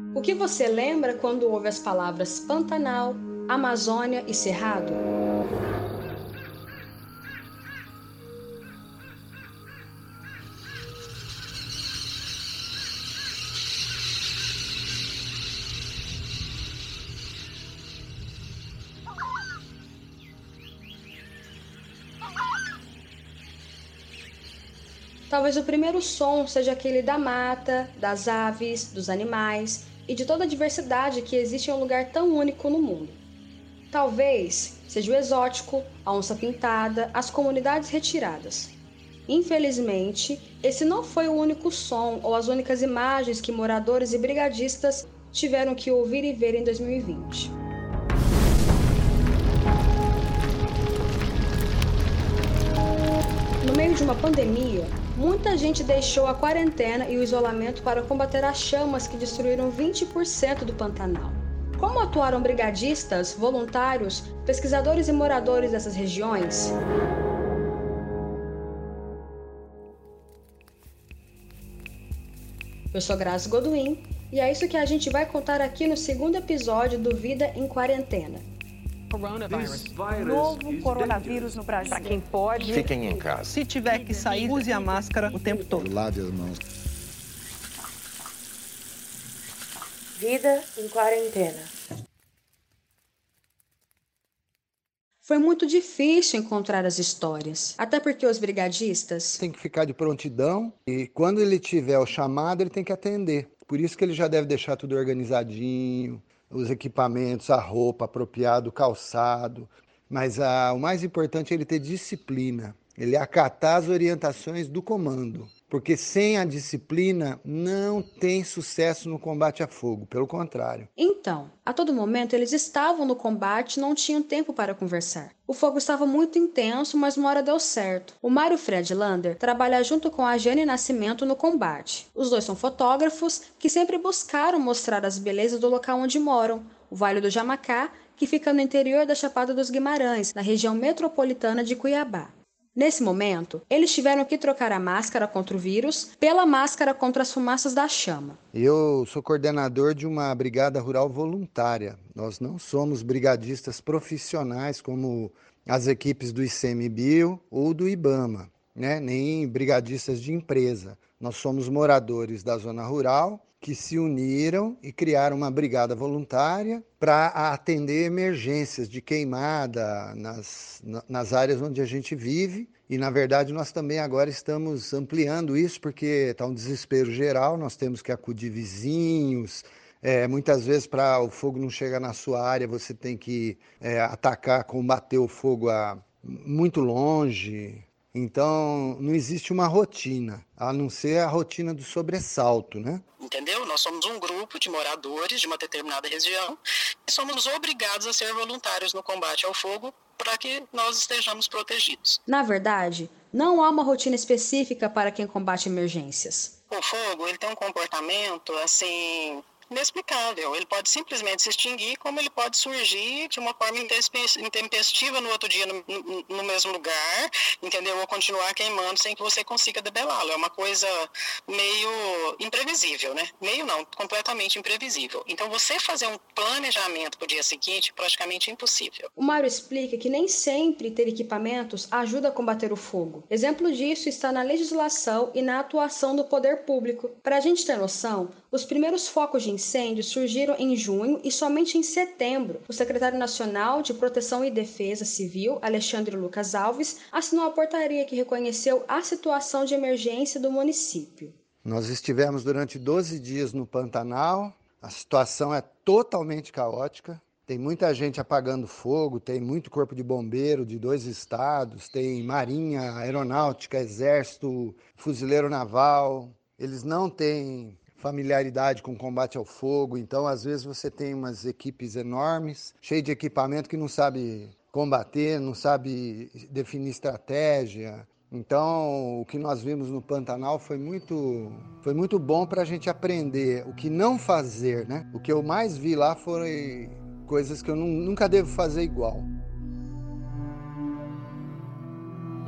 O que você lembra quando ouve as palavras Pantanal, Amazônia e Cerrado? Talvez o primeiro som seja aquele da mata, das aves, dos animais e de toda a diversidade que existe em um lugar tão único no mundo. Talvez seja o exótico, a onça pintada, as comunidades retiradas. Infelizmente, esse não foi o único som ou as únicas imagens que moradores e brigadistas tiveram que ouvir e ver em 2020. No meio de uma pandemia, muita gente deixou a quarentena e o isolamento para combater as chamas que destruíram 20% do Pantanal. Como atuaram brigadistas, voluntários, pesquisadores e moradores dessas regiões? Eu sou Grazi Goduin e é isso que a gente vai contar aqui no segundo episódio do Vida em Quarentena. Novo coronavírus no Brasil. Para quem pode, fiquem em casa. Se tiver que sair, use a máscara o tempo todo. Lave as mãos. Vida em Quarentena. Foi muito difícil encontrar as histórias, até porque os brigadistas Tem que ficar de prontidão e quando ele tiver o chamado, ele tem que atender. Por isso que ele já deve deixar tudo organizadinho, os equipamentos, a roupa apropriada, o calçado. Mas o mais importante é ele ter disciplina, ele acatar as orientações do comando. Porque sem a disciplina não tem sucesso no combate a fogo, pelo contrário. Então, a todo momento eles estavam no combate e não tinham tempo para conversar. O fogo estava muito intenso, mas uma hora deu certo. O Mário Friedlander trabalha junto com a Jane Nascimento no combate. Os dois são fotógrafos que sempre buscaram mostrar as belezas do local onde moram, o Vale do Jamacá, que fica no interior da Chapada dos Guimarães, na região metropolitana de Cuiabá. Nesse momento, eles tiveram que trocar a máscara contra o vírus pela máscara contra as fumaças da chama. Eu sou coordenador de uma brigada rural voluntária. Nós não somos brigadistas profissionais como as equipes do ICMBio ou do IBAMA, né? Nem brigadistas de empresa. Nós somos moradores da zona rural que se uniram e criaram uma brigada voluntária para atender emergências de queimada nas áreas onde a gente vive. E, na verdade, nós também agora estamos ampliando isso, porque está um desespero geral, nós temos que acudir vizinhos. Muitas vezes, para o fogo não chegar na sua área, você tem que atacar, combater o fogo muito longe. Então, não existe uma rotina, a não ser a rotina do sobressalto, né? Entendeu? Nós somos um grupo de moradores de uma determinada região e somos obrigados a ser voluntários no combate ao fogo para que nós estejamos protegidos. Na verdade, não há uma rotina específica para quem combate emergências. O fogo, ele tem um comportamento, assim, inexplicável. Ele pode simplesmente se extinguir, como ele pode surgir de uma forma intempestiva no outro dia no mesmo lugar, entendeu? Ou continuar queimando sem que você consiga debelá-lo. É uma coisa meio imprevisível, né? Meio não, completamente imprevisível. Então, você fazer um planejamento para o dia seguinte é praticamente impossível. O Mário explica que nem sempre ter equipamentos ajuda a combater o fogo. Exemplo disso está na legislação e na atuação do poder público. Para a gente ter noção, os primeiros focos de incêndio surgiram em junho e somente em setembro o secretário nacional de Proteção e Defesa Civil, Alexandre Lucas Alves, assinou a portaria que reconheceu a situação de emergência do município. Nós estivemos durante 12 dias no Pantanal, a situação é totalmente caótica. Tem muita gente apagando fogo, tem muito corpo de bombeiro de 2 estados, tem marinha, aeronáutica, exército, fuzileiro naval. Eles não têm familiaridade com combate ao fogo, então às vezes você tem umas equipes enormes, cheias de equipamento que não sabe combater, não sabe definir estratégia. Então, o que nós vimos no Pantanal foi muito bom para a gente aprender o que não fazer, né? O que eu mais vi lá foi coisas que eu nunca devo fazer igual.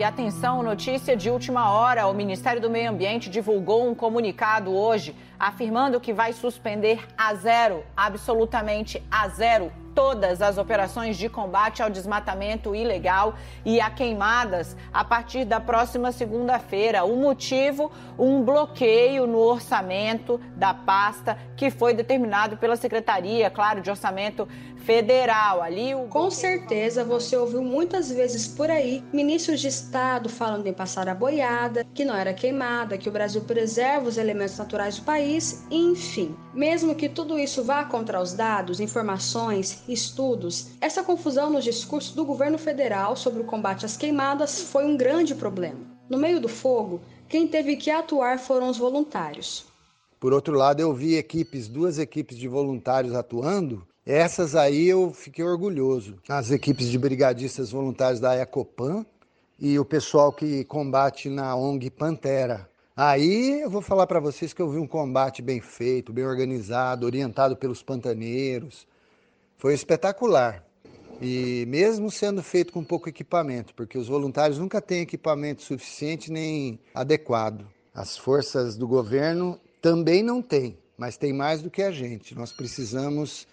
E atenção, notícia de última hora, o Ministério do Meio Ambiente divulgou um comunicado hoje afirmando que vai suspender a zero, absolutamente a zero, todas as operações de combate ao desmatamento ilegal e a queimadas a partir da próxima segunda-feira. O motivo, um bloqueio no orçamento da pasta que foi determinado pela Secretaria, claro, de Orçamento Federal. Com certeza você ouviu muitas vezes por aí ministros de Estado falando em passar a boiada, que não era queimada, que o Brasil preserva os elementos naturais do país, enfim. Mesmo que tudo isso vá contra os dados, informações, estudos, essa confusão nos discursos do governo federal sobre o combate às queimadas foi um grande problema. No meio do fogo, quem teve que atuar foram os voluntários. Por outro lado, eu vi duas equipes de voluntários atuando. Essas aí eu fiquei orgulhoso. As equipes de brigadistas voluntários da Ecopan e o pessoal que combate na ONG Pantera. Aí eu vou falar para vocês que eu vi um combate bem feito, bem organizado, orientado pelos pantaneiros. Foi espetacular. E mesmo sendo feito com pouco equipamento, porque os voluntários nunca têm equipamento suficiente nem adequado. As forças do governo também não têm, mas tem mais do que a gente. Nós precisamos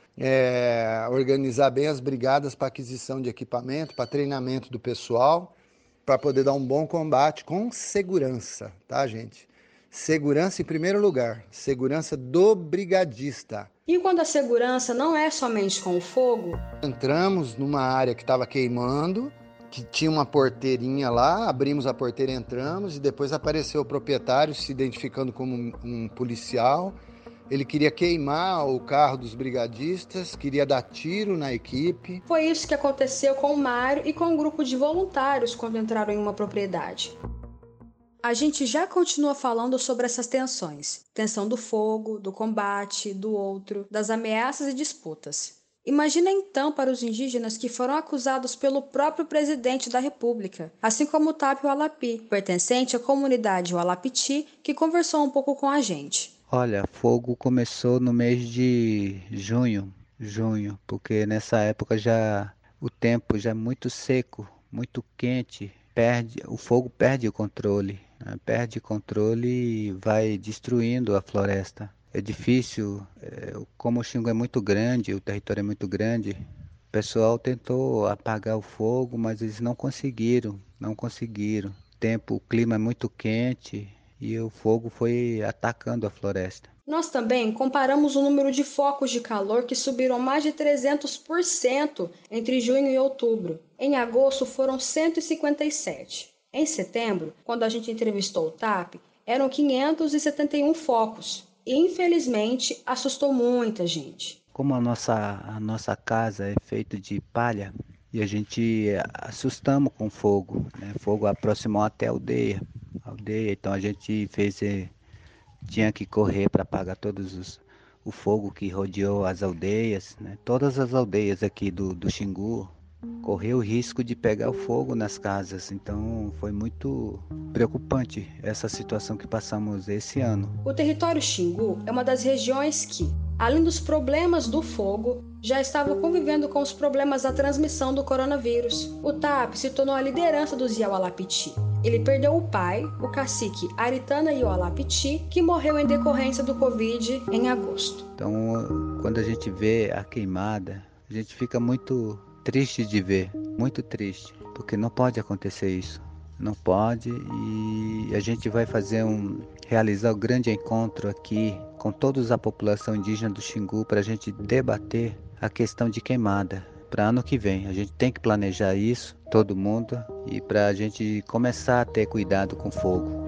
organizar bem as brigadas para aquisição de equipamento, para treinamento do pessoal, para poder dar um bom combate com segurança, tá, gente? Segurança em primeiro lugar, segurança do brigadista. E quando a segurança não é somente com o fogo? Entramos numa área que estava queimando, que tinha uma porteirinha lá, abrimos a porteira, entramos e depois apareceu o proprietário se identificando como um policial. Ele queria queimar o carro dos brigadistas, queria dar tiro na equipe. Foi isso que aconteceu com o Mário e com um grupo de voluntários quando entraram em uma propriedade. A gente já continua falando sobre essas tensões. Tensão do fogo, do combate, do outro, das ameaças e disputas. Imagina então para os indígenas que foram acusados pelo próprio presidente da República, assim como o Tapio Alapi, pertencente à comunidade Walapiti, que conversou um pouco com a gente. Olha, fogo começou no mês de junho, porque nessa época o tempo já é muito seco, muito quente, o fogo perde o controle, né? Perde o controle e vai destruindo a floresta. É difícil, como o Xingu é muito grande, o território é muito grande, o pessoal tentou apagar o fogo, mas eles não conseguiram. O clima é muito quente. E o fogo foi atacando a floresta. Nós também comparamos o número de focos de calor que subiram mais de 300% entre junho e outubro. Em agosto foram 157. Em setembro, quando a gente entrevistou o TAP, eram 571 focos. E infelizmente assustou muita gente. Como a nossa casa é feita de palha, e a gente assustamos com fogo, né? Fogo aproximou até a aldeia, então a gente tinha que correr para apagar o fogo que rodeou as aldeias, né? Todas as aldeias aqui do Xingu correu o risco de pegar o fogo nas casas, então foi muito preocupante essa situação que passamos esse ano. O território Xingu é uma das regiões que, além dos problemas do fogo, já estava convivendo com os problemas da transmissão do coronavírus. O TAP se tornou a liderança dos Yawalapiti. Ele perdeu o pai, o cacique Aritana Yawalapiti, que morreu em decorrência do Covid em agosto. Então, quando a gente vê a queimada, a gente fica muito triste de ver, muito triste, porque não pode acontecer isso. Não pode, e a gente vai realizar o grande encontro aqui com toda a população indígena do Xingu para a gente debater a questão de queimada. Para ano que vem, a gente tem que planejar isso, todo mundo, e para a gente começar a ter cuidado com fogo.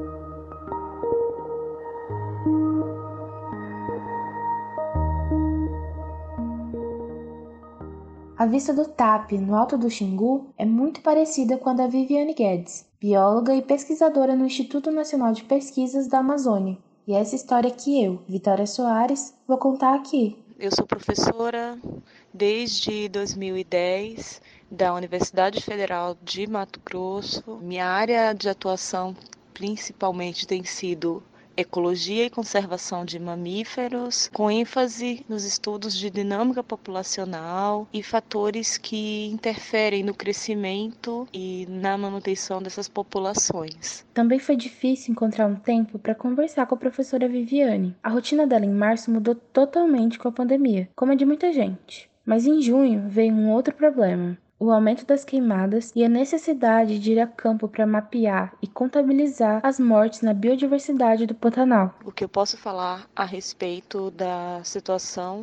A vista do TAP no alto do Xingu é muito parecida com a da Viviane Guedes, bióloga e pesquisadora no Instituto Nacional de Pesquisas da Amazônia. E essa história que eu, Vitória Soares, vou contar aqui. Eu sou professora desde 2010 da Universidade Federal de Mato Grosso. Minha área de atuação principalmente tem sido ecologia e conservação de mamíferos, com ênfase nos estudos de dinâmica populacional e fatores que interferem no crescimento e na manutenção dessas populações. Também foi difícil encontrar um tempo para conversar com a professora Viviane. A rotina dela em março mudou totalmente com a pandemia, como a de muita gente. Mas em junho veio um outro problema: o aumento das queimadas e a necessidade de ir a campo para mapear e contabilizar as mortes na biodiversidade do Pantanal. O que eu posso falar a respeito da situação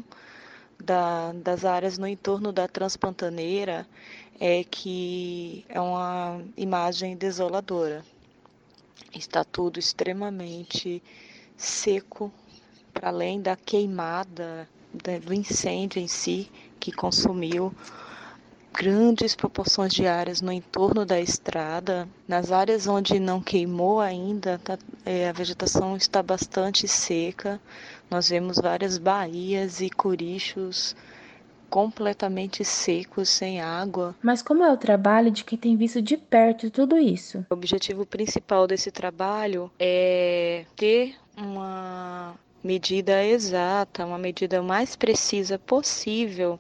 das áreas no entorno da Transpantaneira é que é uma imagem desoladora. Está tudo extremamente seco, para além da queimada, do incêndio em si, que consumiu grandes proporções de áreas no entorno da estrada. Nas áreas onde não queimou ainda, a vegetação está bastante seca. Nós vemos várias baías e corichos completamente secos, sem água. Mas como é o trabalho de quem tem visto de perto tudo isso? O objetivo principal desse trabalho é ter uma medida exata, uma medida mais precisa possível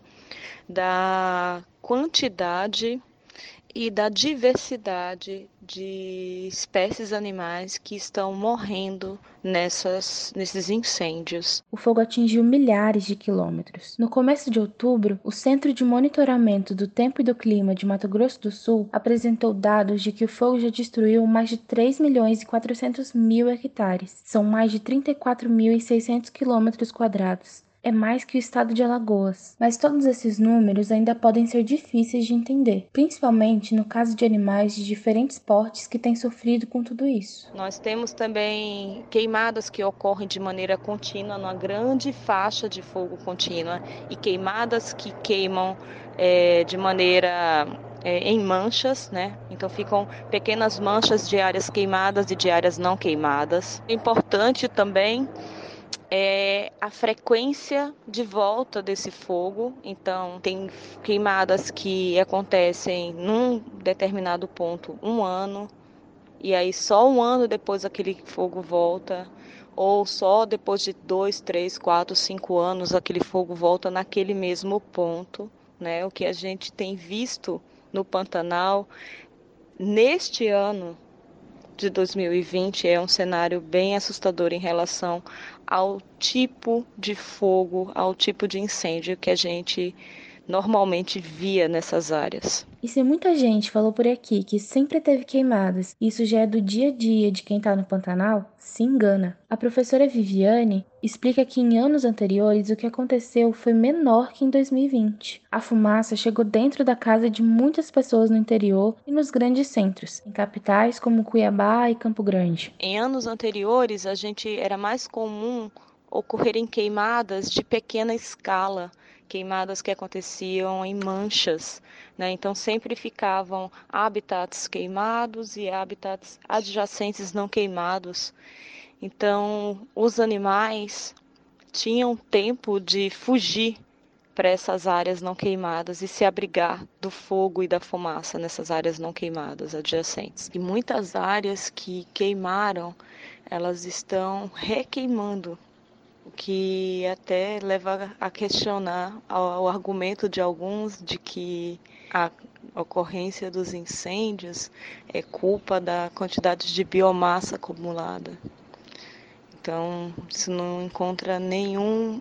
da quantidade e da diversidade de espécies animais que estão morrendo nesses incêndios. O fogo atingiu milhares de quilômetros. No começo de outubro, o Centro de Monitoramento do Tempo e do Clima de Mato Grosso do Sul apresentou dados de que o fogo já destruiu mais de 3.400.000 hectares. São mais de 34.600 quilômetros quadrados. É mais que o estado de Alagoas. Mas todos esses números ainda podem ser difíceis de entender, principalmente no caso de animais de diferentes portes que têm sofrido com tudo isso. Nós temos também queimadas que ocorrem de maneira contínua, numa grande faixa de fogo contínua, e queimadas que queimam de maneira em manchas, né? Então ficam pequenas manchas de áreas queimadas e de áreas não queimadas. Importante também é a frequência de volta desse fogo. Então, tem queimadas que acontecem num determinado ponto 1 ano, e aí só 1 ano depois aquele fogo volta, ou só depois de 2, 3, 4, 5 anos aquele fogo volta naquele mesmo ponto, né? O que a gente tem visto no Pantanal neste ano de 2020 é um cenário bem assustador em relação ao tipo de fogo, ao tipo de incêndio que a gente normalmente via nessas áreas. E se muita gente falou por aqui que sempre teve queimadas, e isso já é do dia a dia de quem tá no Pantanal, se engana. A professora Viviane explica que em anos anteriores o que aconteceu foi menor que em 2020. A fumaça chegou dentro da casa de muitas pessoas no interior e nos grandes centros, em capitais como Cuiabá e Campo Grande. Em anos anteriores, era mais comum ocorrerem queimadas de pequena escala, queimadas que aconteciam em manchas, né? Então sempre ficavam habitats queimados e habitats adjacentes não queimados. Então os animais tinham tempo de fugir para essas áreas não queimadas e se abrigar do fogo e da fumaça nessas áreas não queimadas adjacentes. E muitas áreas que queimaram, elas estão requeimando, o que até leva a questionar o argumento de alguns de que a ocorrência dos incêndios é culpa da quantidade de biomassa acumulada. Então, isso não encontra nenhum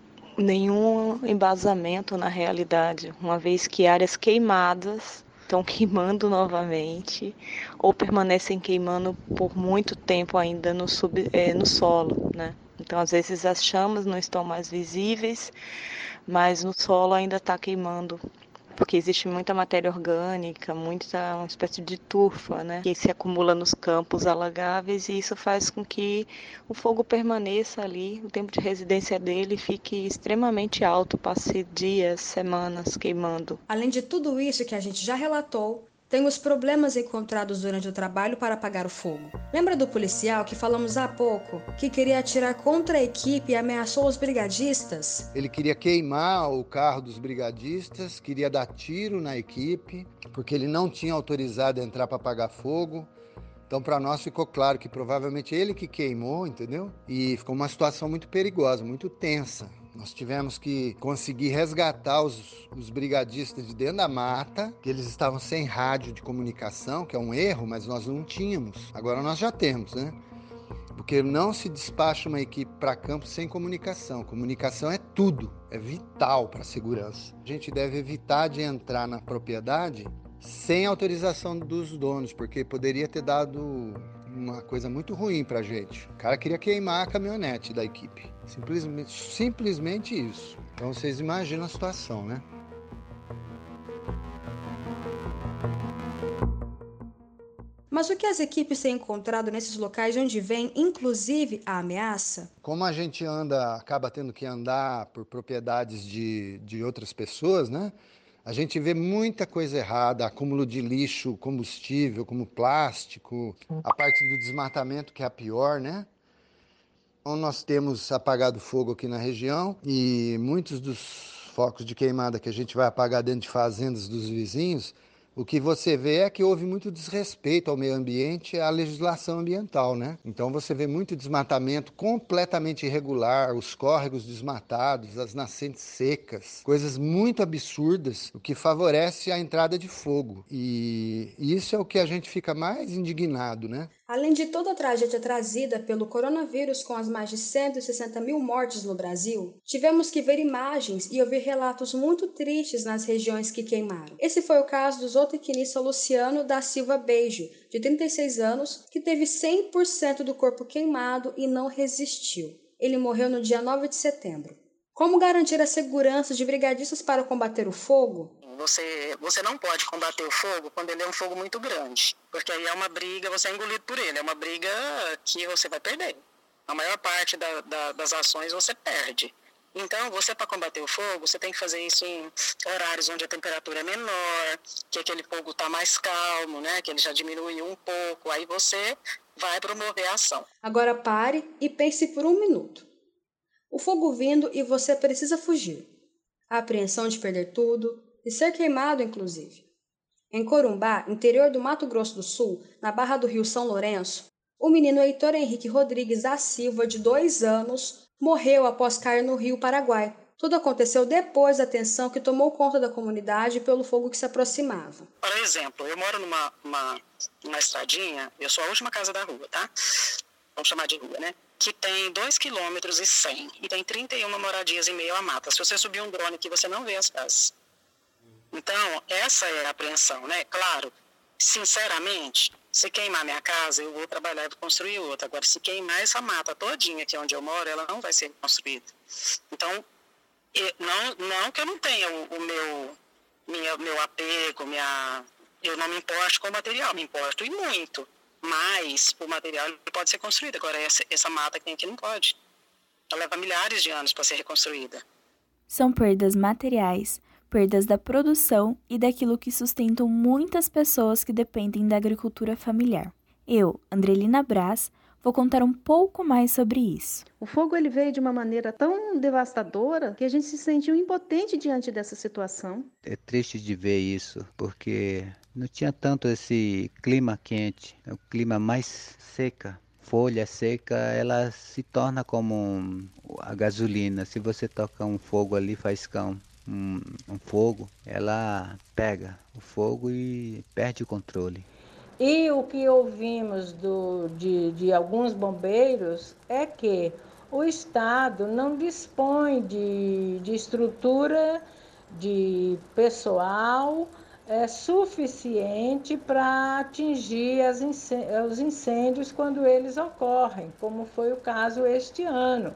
embasamento na realidade, uma vez que áreas queimadas estão queimando novamente ou permanecem queimando por muito tempo ainda no solo, né? Então, às vezes as chamas não estão mais visíveis, mas no solo ainda está queimando, porque existe muita matéria orgânica, uma espécie de turfa, né, que se acumula nos campos alagáveis, e isso faz com que o fogo permaneça ali, o tempo de residência dele fique extremamente alto, passe dias, semanas queimando. Além de tudo isso que a gente já relatou, tem os problemas encontrados durante o trabalho para apagar o fogo. Lembra do policial que falamos há pouco, que queria atirar contra a equipe e ameaçou os brigadistas? Ele queria queimar o carro dos brigadistas, queria dar tiro na equipe, porque ele não tinha autorizado a entrar para apagar fogo. Então, para nós ficou claro que provavelmente ele que queimou, entendeu? E ficou uma situação muito perigosa, muito tensa. Nós tivemos que conseguir resgatar os brigadistas de dentro da mata, que eles estavam sem rádio de comunicação, que é um erro, mas nós não tínhamos. Agora nós já temos, né? Porque não se despacha uma equipe para campo sem comunicação. Comunicação é tudo, é vital para a segurança. A gente deve evitar de entrar na propriedade sem autorização dos donos, porque poderia ter dado uma coisa muito ruim para a gente. O cara queria queimar a caminhonete da equipe. Simplesmente isso. Então vocês imaginam a situação, né? Mas o que as equipes têm encontrado nesses locais de onde vem, inclusive, a ameaça? Como a gente acaba tendo que andar por propriedades de outras pessoas, né? A gente vê muita coisa errada, acúmulo de lixo, combustível, como plástico, a parte do desmatamento que é a pior, né? Então, nós temos apagado fogo aqui na região e muitos dos focos de queimada que a gente vai apagar dentro de fazendas dos vizinhos, o que você vê é que houve muito desrespeito ao meio ambiente e à legislação ambiental, né? Então você vê muito desmatamento completamente irregular, os córregos desmatados, as nascentes secas, coisas muito absurdas, o que favorece a entrada de fogo. E isso é o que a gente fica mais indignado, né? Além de toda a tragédia trazida pelo coronavírus com as mais de 160 mil mortes no Brasil, tivemos que ver imagens e ouvir relatos muito tristes nas regiões que queimaram. Esse foi o caso do zootecnista Luciano da Silva Beijo, de 36 anos, que teve 100% do corpo queimado e não resistiu. Ele morreu no dia 9 de setembro. Como garantir a segurança de brigadistas para combater o fogo? Você não pode combater o fogo quando ele é um fogo muito grande, porque aí é uma briga, você é engolido por ele, é uma briga que você vai perder. A maior parte das ações você perde. Então, você para combater o fogo, você tem que fazer isso em horários onde a temperatura é menor, que aquele fogo está mais calmo, né? Que ele já diminuiu um pouco, aí você vai promover a ação. Agora pare e pense por um minuto. O fogo vindo e você precisa fugir. A apreensão de perder tudo e ser queimado, inclusive. Em Corumbá, interior do Mato Grosso do Sul, na barra do rio São Lourenço, o menino Heitor Henrique Rodrigues da Silva, de 2 anos, morreu após cair no rio Paraguai. Tudo aconteceu depois da tensão que tomou conta da comunidade pelo fogo que se aproximava. Por exemplo, eu moro numa estradinha, eu sou a última casa da rua, tá? Vamos chamar de rua, né? Que tem 2,1 km e tem 31 moradias em meio à mata. Se você subir um drone aqui, você não vê as casas. Então, essa é a apreensão, né? Claro, sinceramente, se queimar minha casa, eu vou trabalhar e vou construir outra. Agora, se queimar essa mata todinha aqui onde eu moro, ela não vai ser construída. Então, não que eu não tenha meu apego, eu não me importo com o material, me importo e muito. Mas o material pode ser construído. Agora, essa mata que tem aqui não pode. Ela leva milhares de anos para ser reconstruída. São perdas materiais, perdas da produção e daquilo que sustentam muitas pessoas que dependem da agricultura familiar. Eu, Andrelina Braz, vou contar um pouco mais sobre isso. O fogo ele veio de uma maneira tão devastadora que a gente se sentiu impotente diante dessa situação. É triste de ver isso, porque não tinha tanto esse clima quente, é o clima mais seca. Folha seca, ela se torna como a gasolina. Se você toca um fogo ali, faiscão, um fogo, ela pega o fogo e perde o controle. E o que ouvimos de alguns bombeiros é que o Estado não dispõe de estrutura, de pessoal suficiente para atingir os incêndios quando eles ocorrem, como foi o caso este ano.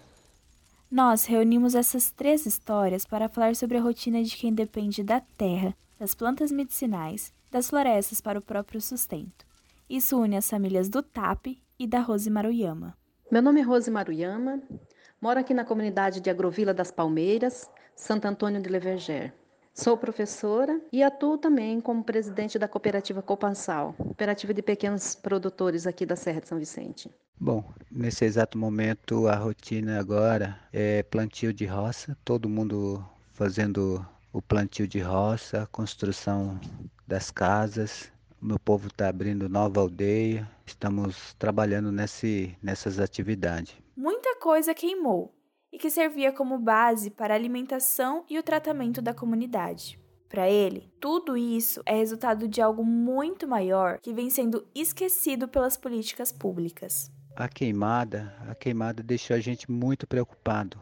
Nós reunimos essas 3 histórias para falar sobre a rotina de quem depende da terra, das plantas medicinais, das florestas para o próprio sustento. Isso une as famílias do TAP e da Rose Maruyama. Meu nome é Rose Maruyama, moro aqui na comunidade de Agrovila das Palmeiras, Santo Antônio de Leverger. Sou professora e atuo também como presidente da cooperativa Copansal, cooperativa de pequenos produtores aqui da Serra de São Vicente. Bom, nesse exato momento a rotina agora é plantio de roça, todo mundo fazendo o plantio de roça, a construção das casas, O meu povo está abrindo nova aldeia. Estamos trabalhando nessas atividades. Muita coisa queimou e que servia como base para a alimentação e o tratamento da comunidade. Para ele, tudo isso é resultado de algo muito maior que vem sendo esquecido pelas políticas públicas. A queimada deixou a gente muito preocupado,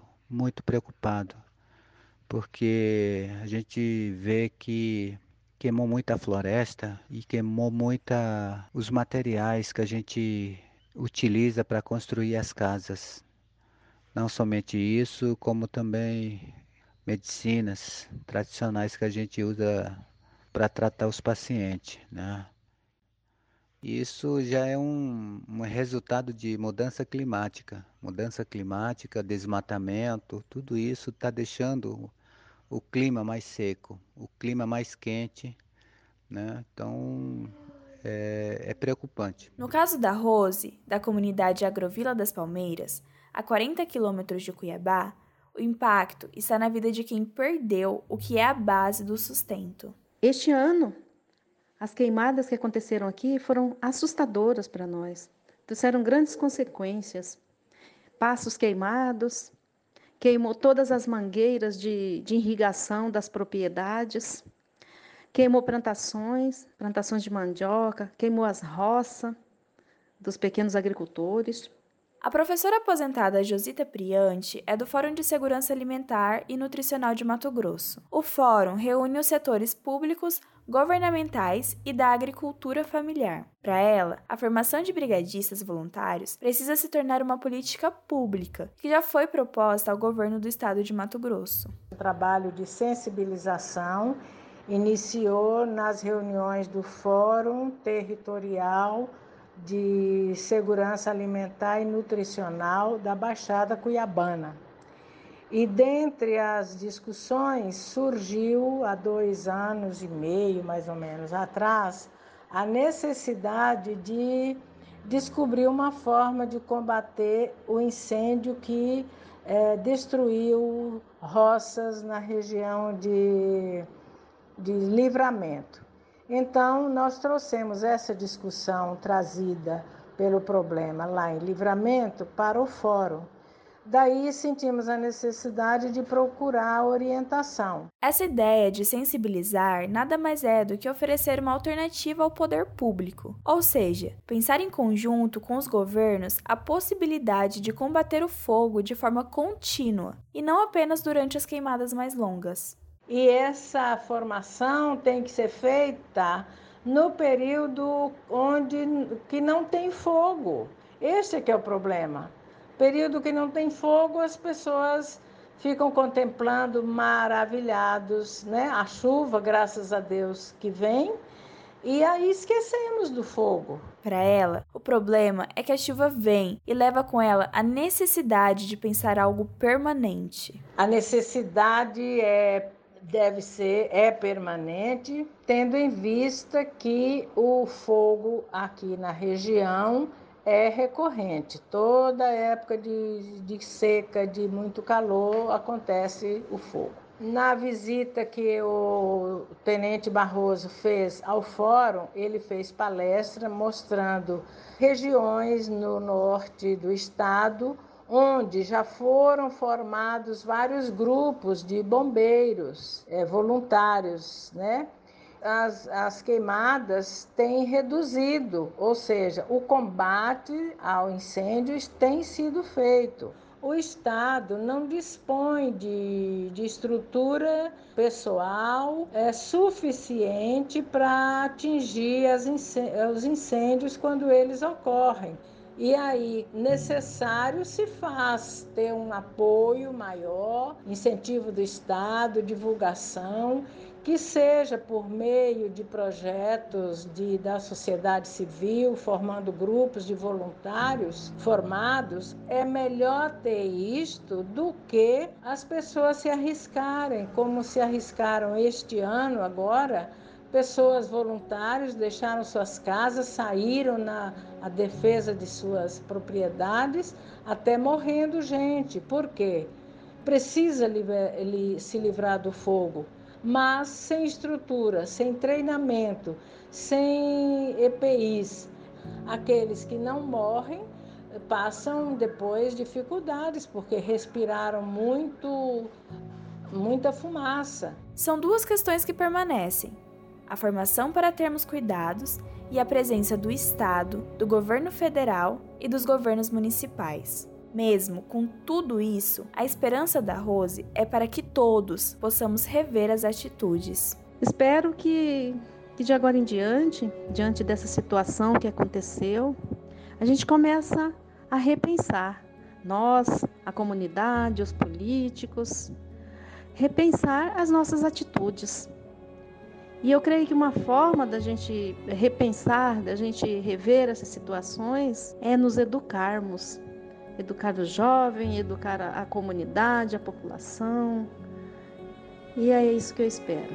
porque a gente vê que queimou muita floresta e queimou os materiais que a gente utiliza para construir as casas. Não somente isso, como também medicinas tradicionais que a gente usa para tratar os pacientes, né? Isso já é um resultado de mudança climática, desmatamento, tudo isso está deixando o clima mais seco, o clima mais quente, né? Então é preocupante. No caso da Rose, da comunidade Agrovila das Palmeiras, a 40 quilômetros de Cuiabá, o impacto está na vida de quem perdeu o que é a base do sustento. Este ano, as queimadas que aconteceram aqui foram assustadoras para nós. Trouxeram grandes consequências. Passos queimados, queimou todas as mangueiras de irrigação das propriedades, queimou plantações de mandioca, queimou as roças dos pequenos agricultores. A professora aposentada Josita Priante é do Fórum de Segurança Alimentar e Nutricional de Mato Grosso. O fórum reúne os setores públicos, governamentais e da agricultura familiar. Para ela, a formação de brigadistas voluntários precisa se tornar uma política pública, que já foi proposta ao governo do estado de Mato Grosso. O trabalho de sensibilização iniciou nas reuniões do Fórum Territorial de Segurança Alimentar e Nutricional da Baixada Cuiabana. E dentre as discussões surgiu, há 2 anos e meio, mais ou menos, atrás, a necessidade de descobrir uma forma de combater o incêndio que destruiu roças na região de Livramento. Então, nós trouxemos essa discussão trazida pelo problema lá em Livramento para o fórum. Daí sentimos a necessidade de procurar orientação. Essa ideia de sensibilizar nada mais é do que oferecer uma alternativa ao poder público, ou seja, pensar em conjunto com os governos a possibilidade de combater o fogo de forma contínua e não apenas durante as queimadas mais longas. E essa formação tem que ser feita no período que não tem fogo. Esse é que é o problema. Período que não tem fogo, as pessoas ficam contemplando maravilhados, né? A chuva, graças a Deus, que vem, e aí esquecemos do fogo. Para ela, o problema é que a chuva vem e leva com ela a necessidade de pensar algo permanente. A necessidade é permanente, tendo em vista que o fogo aqui na região é recorrente. Toda época de seca, de muito calor, acontece o fogo. Na visita que o Tenente Barroso fez ao fórum, ele fez palestra mostrando regiões no norte do estado onde já foram formados vários grupos de bombeiros voluntários, né? As queimadas têm reduzido, ou seja, o combate ao incêndio tem sido feito. O Estado não dispõe de estrutura pessoal suficiente para atingir os incêndios quando eles ocorrem. E aí, necessário se faz ter um apoio maior, incentivo do Estado, divulgação, que seja por meio de projetos da sociedade civil, formando grupos de voluntários formados. É melhor ter isto do que as pessoas se arriscarem, como se arriscaram este ano agora. Pessoas voluntárias deixaram suas casas, saíram na defesa de suas propriedades, até morrendo gente. Por quê? Precisa se livrar do fogo. mas sem estrutura, sem treinamento, sem EPIs. Aqueles que não morrem passam depois dificuldades, porque respiraram muita fumaça. São duas questões que permanecem: a formação para termos cuidados e a presença do Estado, do governo federal e dos governos municipais. Mesmo com tudo isso, a esperança da Rose é para que todos possamos rever as atitudes. Espero que de agora em diante, diante dessa situação que aconteceu, a gente começa a repensar. Nós, a comunidade, os políticos, repensar as nossas atitudes. E eu creio que uma forma da gente repensar, da gente rever essas situações, é nos educarmos. Educar o jovem, educar a comunidade, a população. E é isso que eu espero.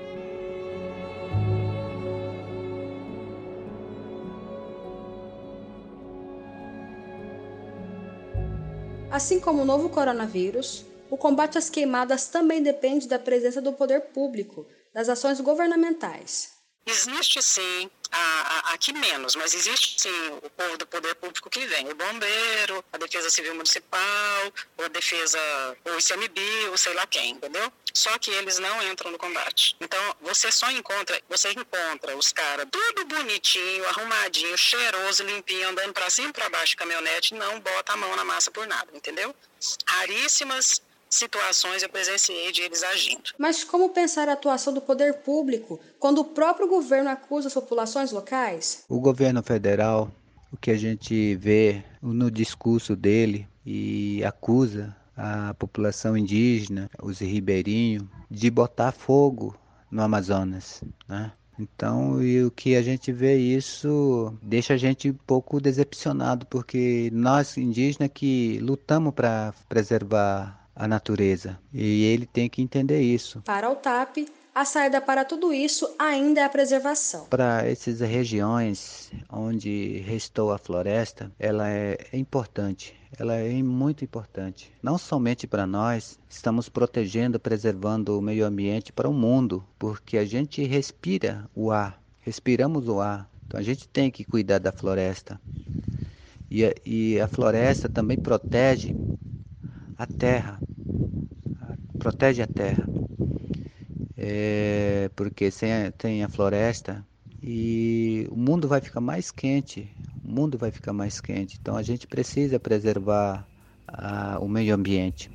Assim como o novo coronavírus, o combate às queimadas também depende da presença do poder público, das ações governamentais. Existe sim, aqui menos, mas existe sim o povo do poder público que vem, o bombeiro, a defesa civil municipal, a defesa, o ICMBio, sei lá quem, entendeu? Só que eles não entram no combate. Então, você encontra os caras tudo bonitinho, arrumadinho, cheiroso, limpinho, andando pra cima e pra baixo de caminhonete, não bota a mão na massa por nada, entendeu? Raríssimas situações eu presenciei de eles agindo. Mas como pensar a atuação do poder público quando o próprio governo acusa as populações locais? O governo federal, o que a gente vê no discurso dele, e acusa a população indígena, os ribeirinhos, de botar fogo no Amazonas, né? Então, e o que a gente vê isso deixa a gente um pouco decepcionado, porque nós indígenas que lutamos para preservar a natureza, e ele tem que entender isso. Para o TAP, a saída para tudo isso ainda é a preservação. Para essas regiões onde restou a floresta, ela é importante, ela é muito importante. Não somente para nós, estamos protegendo, preservando o meio ambiente para o mundo, porque a gente respira o ar, respiramos o ar, então a gente tem que cuidar da floresta. E a floresta também protege a terra, protege a terra, porque tem a floresta e o mundo vai ficar mais quente, então a gente precisa preservar o meio ambiente.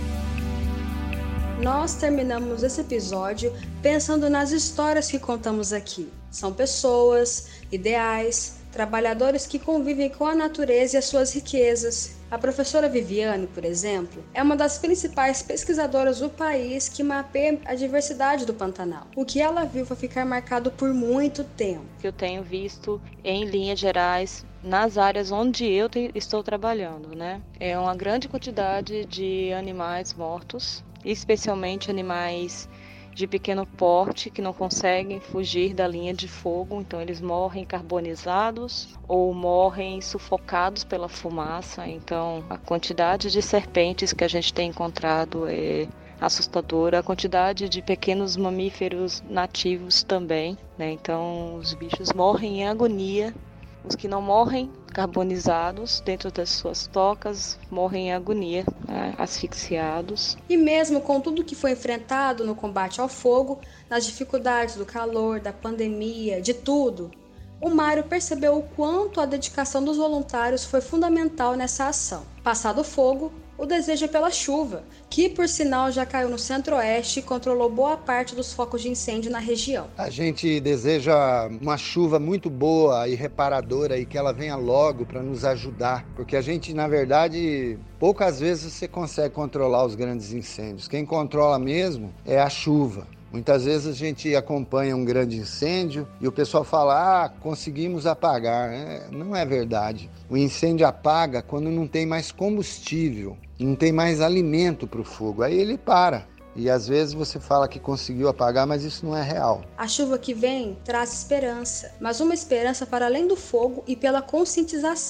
Nós terminamos esse episódio pensando nas histórias que contamos aqui. São pessoas, ideais, trabalhadores que convivem com a natureza e as suas riquezas. A professora Viviane, por exemplo, é uma das principais pesquisadoras do país que mapeia a diversidade do Pantanal. O que ela viu vai ficar marcado por muito tempo. Que eu tenho visto em linhas gerais nas áreas onde eu estou trabalhando, né? É uma grande quantidade de animais mortos, especialmente animais de pequeno porte que não conseguem fugir da linha de fogo, então eles morrem carbonizados ou morrem sufocados pela fumaça. Então a quantidade de serpentes que a gente tem encontrado é assustadora, a quantidade de pequenos mamíferos nativos também, né? Então os bichos morrem em agonia. Os que não morrem carbonizados dentro das suas tocas morrem em agonia, né, asfixiados. E mesmo com tudo que foi enfrentado no combate ao fogo, nas dificuldades do calor, da pandemia, de tudo, o Mário percebeu o quanto a dedicação dos voluntários foi fundamental nessa ação. Passado o fogo, o desejo é pela chuva, que por sinal já caiu no centro-oeste e controlou boa parte dos focos de incêndio na região. A gente deseja uma chuva muito boa e reparadora e que ela venha logo para nos ajudar, porque a gente, na verdade, poucas vezes você consegue controlar os grandes incêndios. Quem controla mesmo é a chuva. Muitas vezes a gente acompanha um grande incêndio e o pessoal fala, conseguimos apagar. Não é verdade. O incêndio apaga quando não tem mais combustível, não tem mais alimento para o fogo. Aí ele para. E às vezes você fala que conseguiu apagar, mas isso não é real. A chuva que vem traz esperança, mas uma esperança para além do fogo e pela conscientização.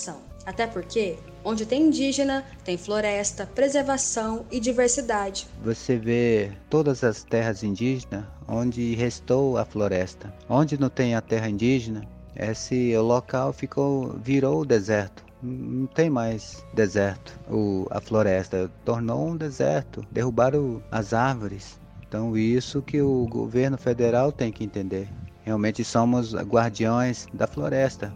Até porque, onde tem indígena, tem floresta, preservação e diversidade. Você vê todas as terras indígenas onde restou a floresta. Onde não tem a terra indígena, o local virou deserto. Não tem mais deserto. A floresta tornou um deserto. Derrubaram as árvores. Então isso que o governo federal tem que entender. Realmente somos guardiões da floresta.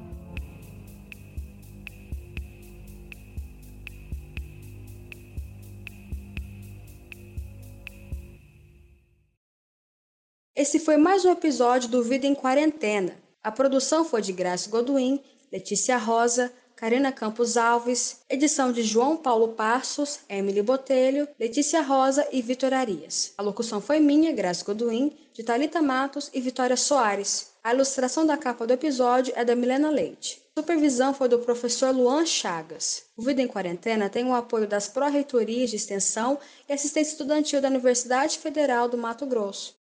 Esse foi mais um episódio do Vida em Quarentena. A produção foi de Graça Goduim, Letícia Rosa, Karina Campos Alves, edição de João Paulo Passos, Emily Botelho, Letícia Rosa e Vitor Arias. A locução foi minha, Graça Goduim, de Thalita Matos e Vitória Soares. A ilustração da capa do episódio é da Milena Leite. A supervisão foi do professor Luan Chagas. O Vida em Quarentena tem o apoio das Pró-Reitorias de Extensão e Assistência Estudantil da Universidade Federal do Mato Grosso.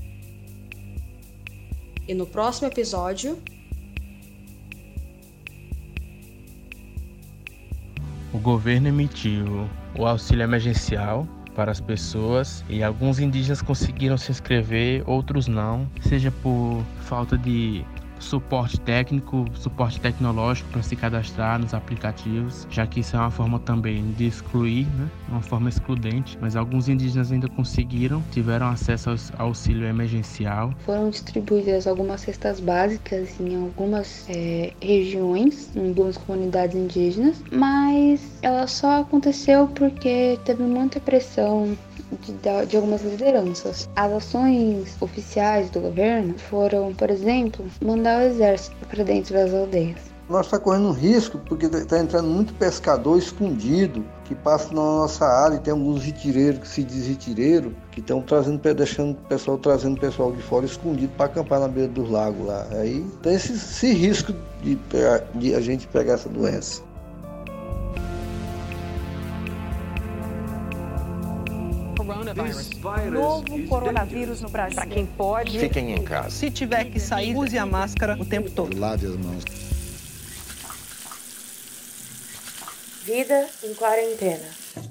E no próximo episódio... O governo emitiu o auxílio emergencial para as pessoas e alguns indígenas conseguiram se inscrever, outros não, seja por falta de suporte técnico, suporte tecnológico para se cadastrar nos aplicativos, já que isso é uma forma também de excluir, né? Uma forma excludente, mas alguns indígenas ainda conseguiram, tiveram acesso ao auxílio emergencial. Foram distribuídas algumas cestas básicas em algumas regiões, em algumas comunidades indígenas, mas ela só aconteceu porque teve muita pressão de algumas lideranças. As ações oficiais do governo foram, por exemplo, mandar o exército para dentro das aldeias. Nós estamos correndo um risco porque está entrando muito pescador escondido que passa na nossa área e tem alguns retireiros que se diz retireiro que estão trazendo pessoal de fora escondido para acampar na beira dos lagos lá. Aí tem esse risco de a gente pegar essa doença. Novo coronavírus no Brasil. Para quem pode, fiquem em casa. Se tiver que sair, use a máscara o tempo todo. Lave as mãos. Vida em Quarentena.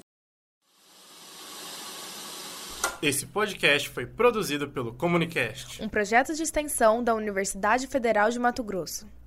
Esse podcast foi produzido pelo Comunicast, um projeto de extensão da Universidade Federal de Mato Grosso.